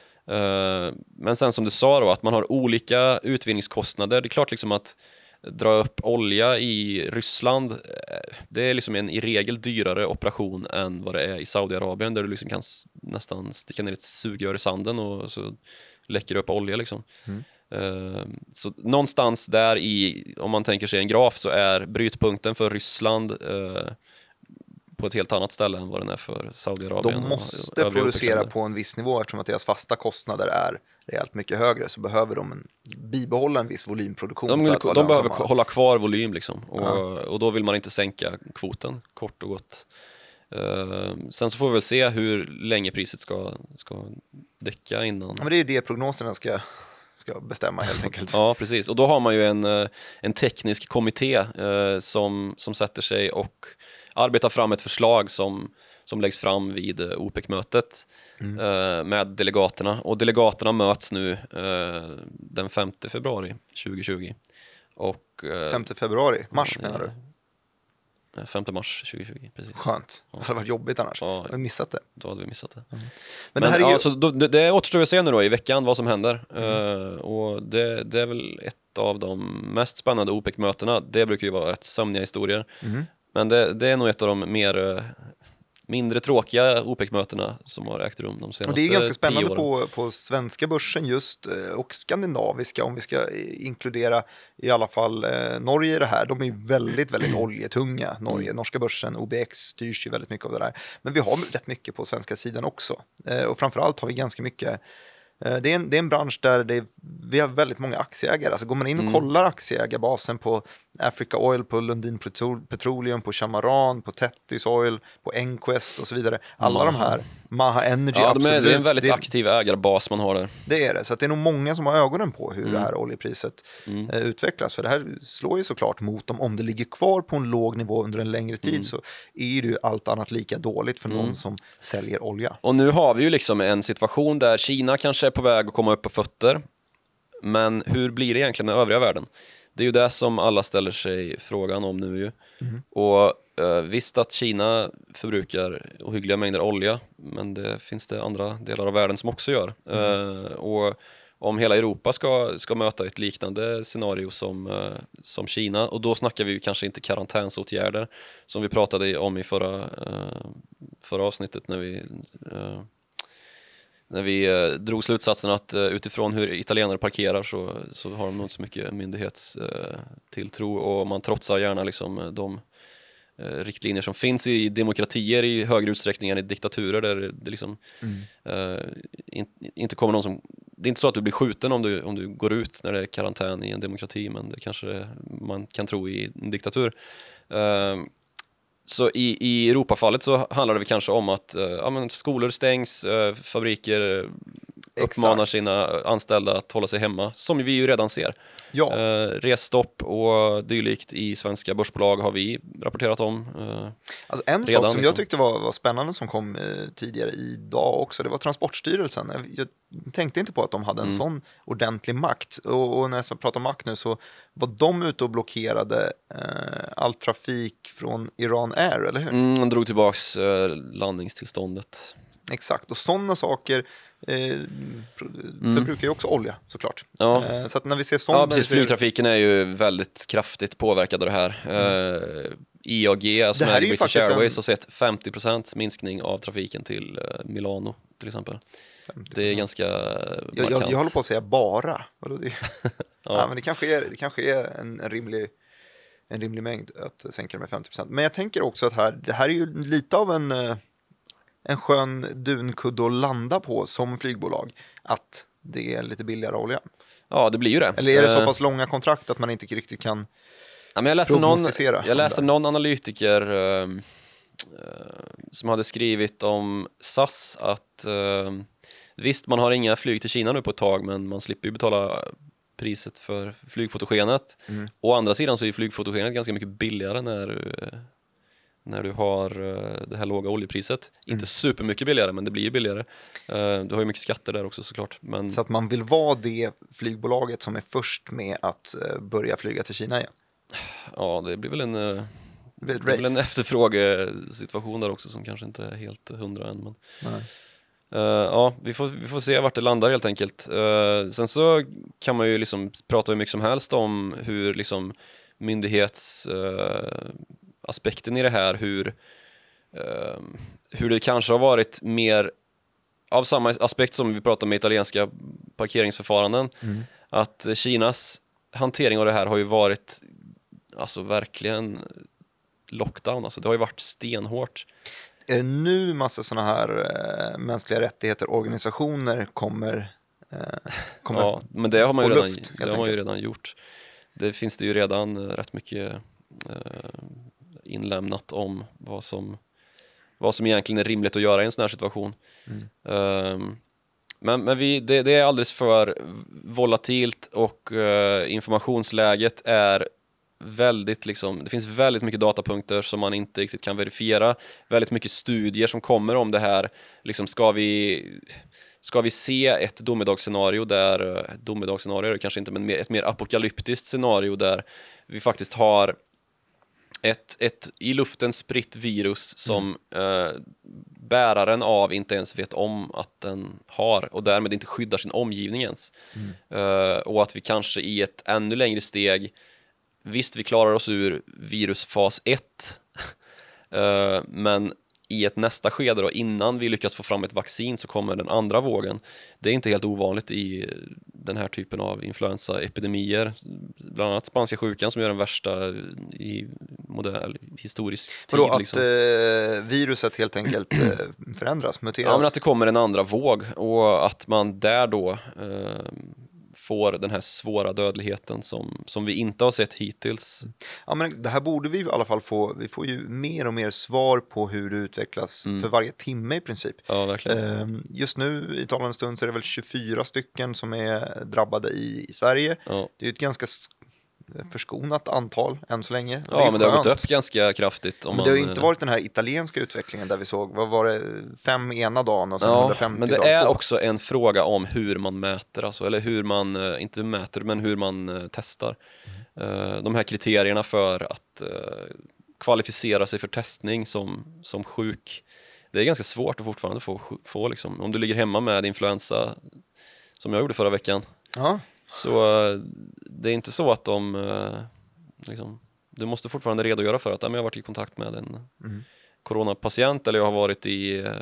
Uh, men sen som du sa då, att man har olika utvinningskostnader. Det är klart liksom att dra upp olja i Ryssland, det är liksom en i regel dyrare operation än vad det är i Saudiarabien där du liksom kan nästan sticka ner ett sugrör i sanden och så läcker upp olja liksom. Mm. Uh, så någonstans där i, om man tänker sig en graf, så är brytpunkten för Ryssland uh, på ett helt annat ställe än vad den är för Saudiarabien. De måste och, och producera på en viss nivå eftersom att deras fasta kostnader är rejält mycket högre, så behöver de en, bibehålla en viss volymproduktion. De, för att de behöver hålla kvar volym liksom. Och, ja. och då vill man inte sänka kvoten, kort och gott. Uh, sen så får vi väl se hur länge priset ska, ska däcka innan. Ja, men det är det prognoserna ska, ska bestämma helt enkelt. Ja, precis. Och då har man ju en, en teknisk kommitté uh, som, som sätter sig och arbetar fram ett förslag som, som läggs fram vid OPEC-mötet mm. eh, med delegaterna. Och delegaterna möts nu eh, den femte februari tjugohundratjugo. Och, eh, femte februari? Mars menar du? femte mars tjugohundratjugo, precis. Skönt. Det hade varit jobbigt annars. Ja, hade vi missat det. Då hade vi missat det. Mm. Men, Men det här är ju... alltså, då, det, det återstår att se nu då i veckan vad som händer. Mm. Uh, och det, det är väl ett av de mest spännande OPEC-mötena. Det brukar ju vara rätt sömniga historier. Mm. Men det, det är nog ett av de mer mindre tråkiga OPEC-mötena som har ägt rum de senaste tio åren. Och det är ganska spännande på, på svenska börsen just, och skandinaviska, om vi ska inkludera i alla fall eh, Norge i det här. De är ju väldigt, väldigt oljetunga, Norge. Mm. Norska börsen, O B X, styrs ju väldigt mycket av det där. Men vi har rätt mycket på svenska sidan också. Eh, och framförallt har vi ganska mycket. Det är, en, det är en bransch där det är, vi har väldigt många aktieägare. Alltså går man in och mm. kollar aktieägarbasen på Africa Oil, på Lundin Petroleum, på Chamaran, på Tethys Oil, på Enquest och så vidare. Alla Maha. de här, Maha Energy, ja, absolut. Det är en väldigt det, aktiv ägarbas man har där. Det är det, så att det är nog många som har ögonen på hur mm. det här oljepriset mm. eh, utvecklas. För det här slår ju såklart mot dem. Om det ligger kvar på en låg nivå under en längre tid mm. så är det ju allt annat lika dåligt för någon mm. som säljer olja. Och nu har vi ju liksom en situation där Kina kanske är på väg att komma upp på fötter. Men hur blir det egentligen med övriga världen? Det är ju det som alla ställer sig frågan om nu ju. Mm. Och eh, visst att Kina förbrukar ohyggliga mängder olja, men det finns det andra delar av världen som också gör. Mm. Eh, och om hela Europa ska, ska möta ett liknande scenario som, eh, som Kina, och då snackar vi ju kanske inte karantänsåtgärder som vi pratade om i förra, eh, förra avsnittet när vi... Eh, När vi eh, drog slutsatsen att eh, utifrån hur italienare parkerar så, så har de nog inte så mycket myndighetstilltro, eh, och man trotsar gärna liksom, de eh, riktlinjer som finns i demokratier i högre utsträckning än i diktaturer där det liksom, mm. eh, in, inte kommer någon som... Det är inte så att du blir skjuten om du, om du går ut när det är karantän i en demokrati, men det kanske man kan tro i en diktatur. Eh, Så i, i Europafallet så handlar det kanske om att uh, ja, men skolor stängs, uh, fabriker uppmanar Exakt. sina anställda att hålla sig hemma, som vi ju redan ser. Ja. Uh, resstopp och dylikt i svenska börsbolag har vi rapporterat om. Uh, alltså en redan, sak som liksom. jag tyckte var, var spännande som kom uh, tidigare idag också, det var Transportstyrelsen. Jag, jag tänkte inte på att de hade en mm. sån ordentlig makt. Och, och när jag pratar om makt nu så var de ute och blockerade uh, all trafik från Iran Air, eller hur? Mm, de drog tillbaks uh, landningstillståndet. Exakt, och sådana saker eh, förbrukar ju också olja såklart. Ja. Eh, så att när vi ser sådana... Ja, precis. Flygtrafiken är ju väldigt kraftigt påverkad av det här. Mm. Eh, I A G, som är, är British Airways, en... har sett femtio procent minskning av trafiken till eh, Milano till exempel. femtio procent. Det är ganska jag, jag, jag håller på att säga bara. ja. Ja, men det kanske är, det kanske är en, en rimlig... en rimlig mängd att sänka med femtio procent. Men jag tänker också att här, det här är ju lite av en, en skön dunkudde att landa på som flygbolag, att det är lite billigare olja. Ja, det blir ju det. Eller är det så pass långa kontrakt att man inte riktigt kan ja, men jag läste någon, jag läste det? någon analytiker uh, uh, som hade skrivit om S A S att uh, visst, man har inga flyg till Kina nu på ett tag, men man slipper ju betala priset för flygfotogenet. Mm. Å andra sidan så är flygfotogenet ganska mycket billigare när du, när du har det här låga oljepriset. Mm. Inte supermycket billigare, men det blir ju billigare. Du har ju mycket skatter där också såklart. Men... Så att man vill vara det flygbolaget som är först med att börja flyga till Kina igen? Ja, det blir väl en, det blir det blir en efterfrågesituation där också som kanske inte är helt hundra än. Men... Nej. Uh, ja, vi får, vi får se vart det landar helt enkelt. Uh, sen så kan man ju liksom prata hur mycket som helst om hur liksom myndighetsaspekten uh, i det här, hur, uh, hur det kanske har varit mer av samma aspekt som vi pratade med italienska parkeringsförfaranden. Mm. Att Kinas hantering av det här har ju varit alltså verkligen lockdown. Alltså, det har ju varit stenhårt. Är det nu massa sådana här äh, mänskliga rättigheter organisationer kommer, äh, kommer ja, men det har man ju redan, luft, det har man ju redan gjort. Det finns det ju redan äh, rätt mycket äh, inlämnat om vad som, vad som egentligen är rimligt att göra i en sån här situation. Mm. Um, men men vi, det, det är alldeles för volatilt och uh, informationsläget är väldigt liksom, det finns väldigt mycket datapunkter som man inte riktigt kan verifiera, väldigt mycket studier som kommer om det här. Liksom, ska vi ska vi se ett domedagsscenario där domedagsscenario är det kanske inte, men mer, ett mer apokalyptiskt scenario där vi faktiskt har ett, ett i luften spritt virus som mm. eh, bäraren av inte ens vet om att den har och därmed inte skyddar sin omgivning ens. Mm. Eh, och att vi kanske i ett ännu längre steg, visst, vi klarar oss ur virusfas ett, uh, men i ett nästa skede då, innan vi lyckas få fram ett vaccin, så kommer den andra vågen. Det är inte helt ovanligt i den här typen av influensaepidemier, bland annat spanska sjukan som är den värsta i modern historisk tid. Och då att liksom. eh, viruset helt enkelt eh, förändras, muteras? Ja, men att det kommer en andra våg och att man där då eh, får den här svåra dödligheten som, som vi inte har sett hittills. Ja, men det här borde vi i alla fall få. Vi får ju mer och mer svar på hur det utvecklas mm. för varje timme i princip. Ja, verkligen. Just nu i talande stund så är det väl tjugofyra stycken som är drabbade i, i Sverige. Ja. Det är ju ett ganska förskonat antal än så länge. Ja, men det har gått upp ganska kraftigt. Om men det har man, ju inte varit den här italienska utvecklingen där vi såg, vad var det, fem ena dagen och sen ja, hundrafemtio men det dag är två. också en fråga om hur man mäter, alltså, eller hur man, inte mäter, men hur man uh, testar. Mm. Uh, de här kriterierna för att uh, kvalificera sig för testning som, som sjuk, det är ganska svårt att fortfarande få, få liksom. Om du ligger hemma med influensa, som jag gjorde förra veckan, ja. så uh, det är inte så att de uh, liksom, du måste fortfarande redogöra för att ja, men jag har varit i kontakt med en mm. coronapatient, eller jag har varit i, uh,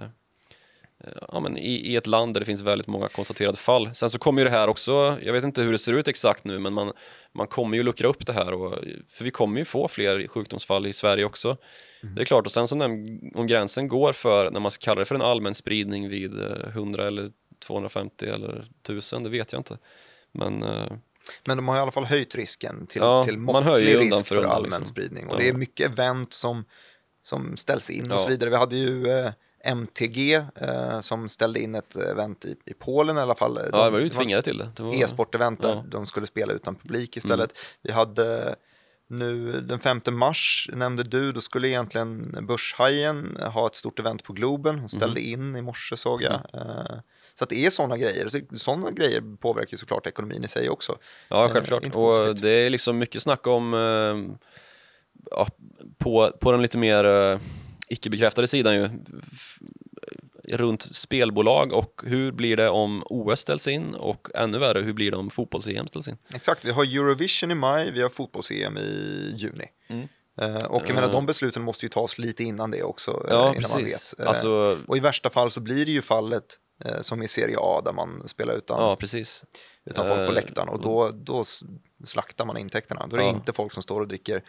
ja, men i, i ett land där det finns väldigt många konstaterade fall. Sen så kommer ju det här också, jag vet inte hur det ser ut exakt nu, men man, man kommer ju luckra upp det här, och, för vi kommer ju få fler sjukdomsfall i Sverige också. Mm. Det är klart, och sen så när, om gränsen går för, när man ska kalla det för en allmän spridning vid hundra eller tvåhundrafemtio eller tusen, det vet jag inte. Men, men de har i alla fall höjt risken till, ja, till måttlig risk för, för allmän liksom. spridning. Och ja. det är mycket event som, som ställs in och ja. så vidare. Vi hade ju eh, M T G eh, som ställde in ett event i, i Polen i alla fall. De, ja, det var ju tvingade till det. det var... E-sportevent där ja. de skulle spela utan publik istället. Mm. Vi hade nu den femte mars, nämnde du, då skulle egentligen Börshajen ha ett stort event på Globen. Hon ställde mm. in i morse, såg jag. Mm. Eh, Så att det är sådana grejer. Sådana grejer påverkar såklart ekonomin i sig också. Ja, självklart. Eh, och det är liksom mycket snack om eh, ja, på, på den lite mer eh, icke-bekräftade sidan ju, f- runt spelbolag, och hur blir det om O S ställs in, och ännu värre, hur blir det om fotbolls-E M ställs in? Exakt, vi har Eurovision i maj, vi har fotbolls-E M i juni. Mm. Uh, och jag menar, de besluten måste ju tas lite innan det också. Ja, innan precis. Man vet. Uh, alltså... Och i värsta fall så blir det ju fallet uh, som i Serie A, där man spelar utan, ja, precis. utan folk på läktaren. Och då, då slaktar man intäkterna. Då är det ja. inte folk som står och dricker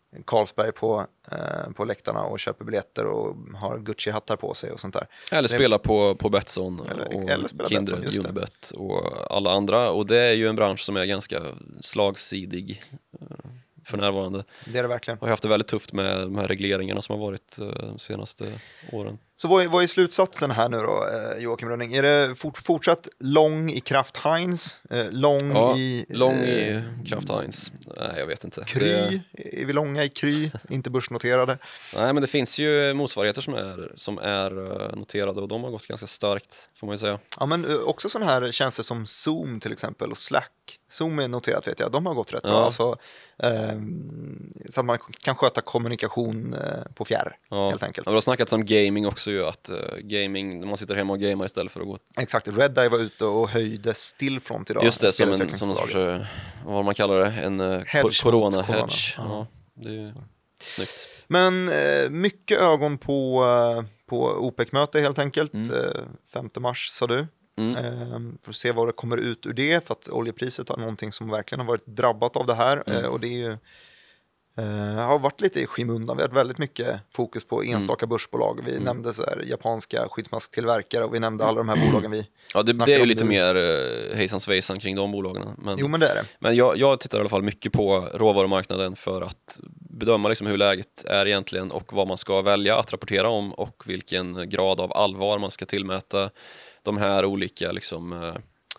Carlsberg på, eh, på läktarna och köper biljetter och har Gucci-hattar på sig och sånt där. Eller spela på, på Betsson Eller- och eller spela Kindred, Betsson, just det. Unibet och alla andra. Och det är ju en bransch som är ganska slagsidig eh, för närvarande. Det är det verkligen. Och har haft det väldigt tufft med de här regleringarna som har varit eh, de senaste åren. Så vad är, vad är slutsatsen här nu då, eh, Joakim Rönning? Är det fort, fortsatt lång i Kraft Heinz? Eh, lång Ja, i... Lång eh, i Kraft Heinz. Nej, jag vet inte. Kry? Det, Är vi långa i Kry? Inte börsnoterade? nej, men det finns ju motsvarigheter som är, som är eh, noterade och de har gått ganska starkt, får man ju säga. Ja, men eh, också sådana här tjänster som Zoom till exempel och Slack. Zoom är noterat vet jag, de har gått rätt Ja. bra. Alltså, eh, så att man kan sköta kommunikation eh, på fjärr, Ja. helt enkelt. Ja, det har snackats om gaming också ju, att uh, gaming, man sitter hemma och gamar istället för att gå. Exakt, Redeye var ute och höjde Stillfront idag. Just det, som, en, som någon spelutvecklingsbolaget. sorts, eh, vad man kallar det, en uh, Hedge mot corona corona. hedge. Ja. Ja, det är ju snyggt. Men eh, mycket ögon på, eh, på OPEC-möte helt enkelt. Mm. Eh, femte mars sa du. Mm. Eh, för att se vad det kommer ut ur det, för att oljepriset är någonting som verkligen har varit drabbat av det här. Mm. Eh, och det är ju, eh, har varit lite i skymundan. Vi har haft väldigt mycket fokus på enstaka börsbolag. Vi nämnde så här, japanska skyddsmasktillverkare och vi nämnde alla de här bolagen vi Ja, det, det snackar är ju om lite nu. mer uh, hejsan svejsan kring de bolagen. Men, Jo, men det är det. men jag, jag tittar i alla fall mycket på råvarumarknaden för att bedöma liksom hur läget är egentligen och vad man ska välja att rapportera om och vilken grad av allvar man ska tillmäta de här olika liksom, eh,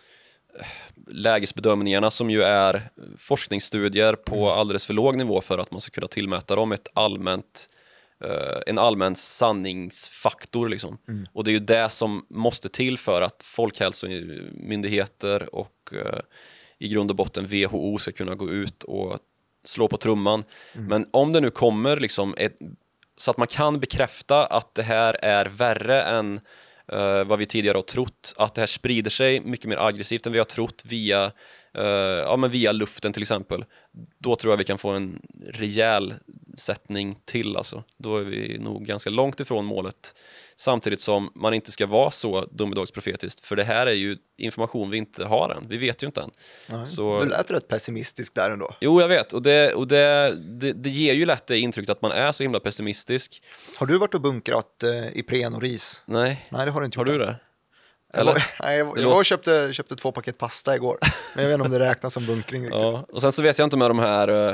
lägesbedömningarna som ju är forskningsstudier på alldeles för låg nivå för att man ska kunna tillmäta dem ett allmänt, eh, en allmän sanningsfaktor. Liksom. Mm. Och det är ju det som måste till för att folkhälsomyndigheter och eh, i grund och botten W H O ska kunna gå ut och slå på trumman. Mm. Men om det nu kommer liksom ett, så att man kan bekräfta att det här är värre än Uh, vad vi tidigare har trott, att det här sprider sig mycket mer aggressivt än vi har trott via, uh, ja, men via luften till exempel, då tror jag vi kan få en rejäl sättning till. Alltså. Då är vi nog ganska långt ifrån målet, samtidigt som man inte ska vara så domedagsprofetiskt, för det här är ju information vi inte har än, vi vet ju inte än. Nej. Så, Du lät rätt pessimistisk där ändå. jo, jag vet, och, det, och det, det, det ger ju lätt det intrycket att man är så himla pessimistisk. Har du varit och bunkrat eh, Ipren och ris? Nej, Nej, det har du inte har gjort. du det? Jag, Eller? var, nej, jag, Det jag var och låter- köpte, köpte två paket pasta igår, men jag vet inte om det räknas som bunkring riktigt. Ja, och sen så vet jag inte med de här eh,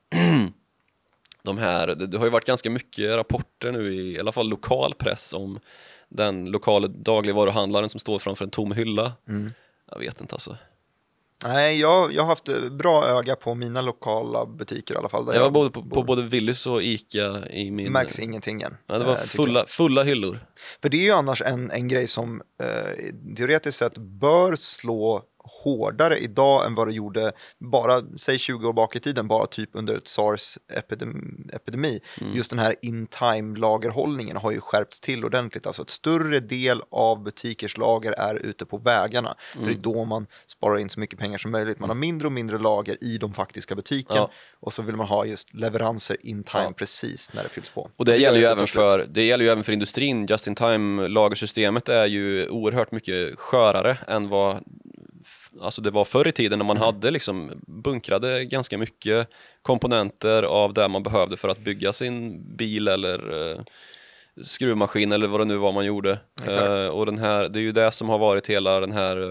de här, det, det har ju varit ganska mycket rapporter nu i, i alla fall lokal press om den lokala dagligvaruhandlaren som står framför en tom hylla. Mm. Jag vet inte alltså. Nej, jag, jag har haft bra öga på mina lokala butiker i alla fall. Där Jag var både på, bor. på både Willys och Ica i Det min... märks ingenting än. Ja, det var eh, tycker fulla, fulla hyllor. jag. För det är ju annars en, en grej som eh, teoretiskt sett bör slå hårdare idag än vad det gjorde bara, säg tjugo år bak i tiden, bara typ under ett SARS-epidemi. Mm. Just den här in-time-lagerhållningen har ju skärpts till ordentligt. Alltså ett större del av butikers lager är ute på vägarna. Mm. För det är då man sparar in så mycket pengar som möjligt. Man har mindre och mindre lager i de faktiska butikerna. Ja. Och så vill man ha just leveranser in-time Ja. precis när det fylls på. Och det gör gäller, ju att även tar slut. för, det gäller ju även för industrin. Just-in-time-lagersystemet är ju oerhört mycket skörare än vad alltså det var förr i tiden när man hade liksom bunkrade ganska mycket komponenter av det man behövde för att bygga sin bil eller eh, skruvmaskin eller vad det nu var man gjorde. Eh, och den här, det är ju det som har varit hela den här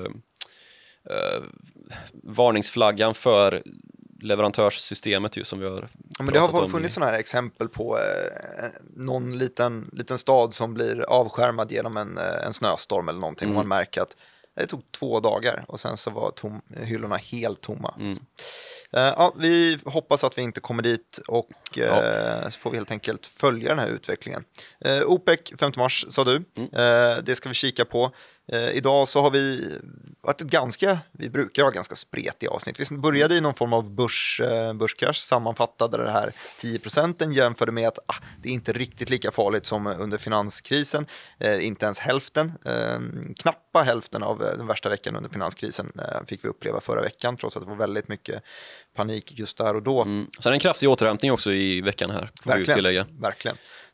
eh, varningsflaggan för leverantörssystemet ju, som vi har Ja, men det har pratat om funnits i- sådana här exempel på eh, någon liten, liten stad som blir avskärmad genom en, eh, en snöstorm eller någonting. Mm. Och man märker att det tog två dagar och sen så var tom, hyllorna helt tomma. Mm. Eh, ja, vi hoppas att vi inte kommer dit och eh, så får vi helt enkelt följa den här utvecklingen. Eh, OPEC femte mars sa du, Mm. eh, det ska vi kika på. Eh, idag så har vi varit ett ganska, vi brukar ha ganska spretiga avsnitt. Vi började i någon form av börs, eh, börskrasch, sammanfattade det här tio procenten, jämförde med att ah, det är inte riktigt lika farligt som under finanskrisen, eh, inte ens hälften, eh, knappa hälften av eh, den värsta veckan under finanskrisen eh, fick vi uppleva förra veckan, trots att det var väldigt mycket panik just där och då. Mm. Sen en kraftig återhämtning också i veckan här, får vi ju Verkligen, tillägga. verkligen.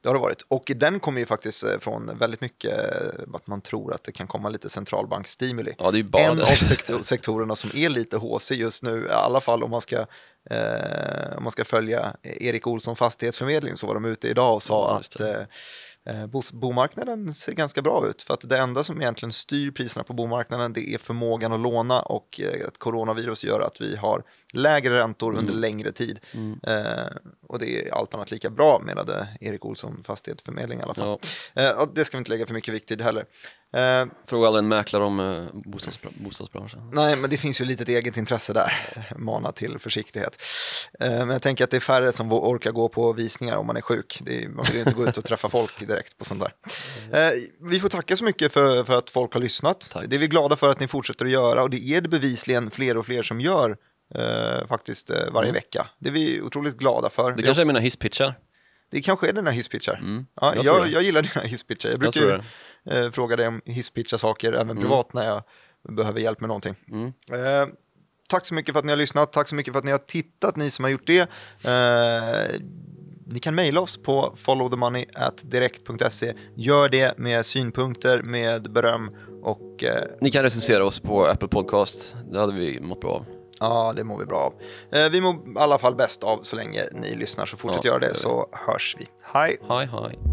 Det har det varit. Och den kommer ju faktiskt från väldigt mycket att man tror att det kan komma lite centralbankstimuli. Ja, det är ju bara en det. av sektor- sektorerna som är lite H C just nu, i alla fall om man ska, eh, om man ska följa Erik Olsson Fastighetsförmedling, så var de ute idag och sa Ja, att eh, bomarknaden ser ganska bra ut, för att det enda som egentligen styr priserna på bomarknaden, det är förmågan att låna, och eh, att coronavirus gör att vi har lägre räntor mm. under längre tid. Mm. Eh, och det är allt annat lika bra, menade Erik Olsson Fastighetsförmedling i alla fall. Ja. Eh, det ska vi inte lägga för mycket vikt i heller. Eh, Fråga aldrig en mäklare om eh, bostadsbr- bostadsbranschen. Nej, men det finns ju lite ett eget intresse där, mana till försiktighet. Eh, men jag tänker att det är färre som orkar gå på visningar om man är sjuk. Det är, man vill ju inte gå ut och träffa folk direkt på sånt där. Eh, vi får tacka så mycket för, för att folk har lyssnat. Tack. Det är vi glada för att ni fortsätter att göra, och det är det bevisligen fler och fler som gör eh, faktiskt eh, varje mm. vecka. Det är vi otroligt glada för. Det kanske också är mina hisspitchar. Det kanske är dina hisspitchar. Mm, ja, jag, jag, jag gillar dina hisspitchar. Jag brukar jag ju, eh, fråga dig om hisspitcha saker även mm. privat när jag behöver hjälp med någonting. Mm. Eh, tack så mycket för att ni har lyssnat. Tack så mycket för att ni har tittat, ni som har gjort det. Eh, ni kan mejla oss på follow the money at direkt punkt se. Gör det med synpunkter, med beröm. Och, eh, ni kan recensera oss på Apple Podcast. Det hade vi mått bra av. Ja, det mår vi bra av. Eh, vi mår i alla fall bäst av så länge ni lyssnar. Så fortsätt ja, göra det, det så hörs vi. Hej! Hej, hej!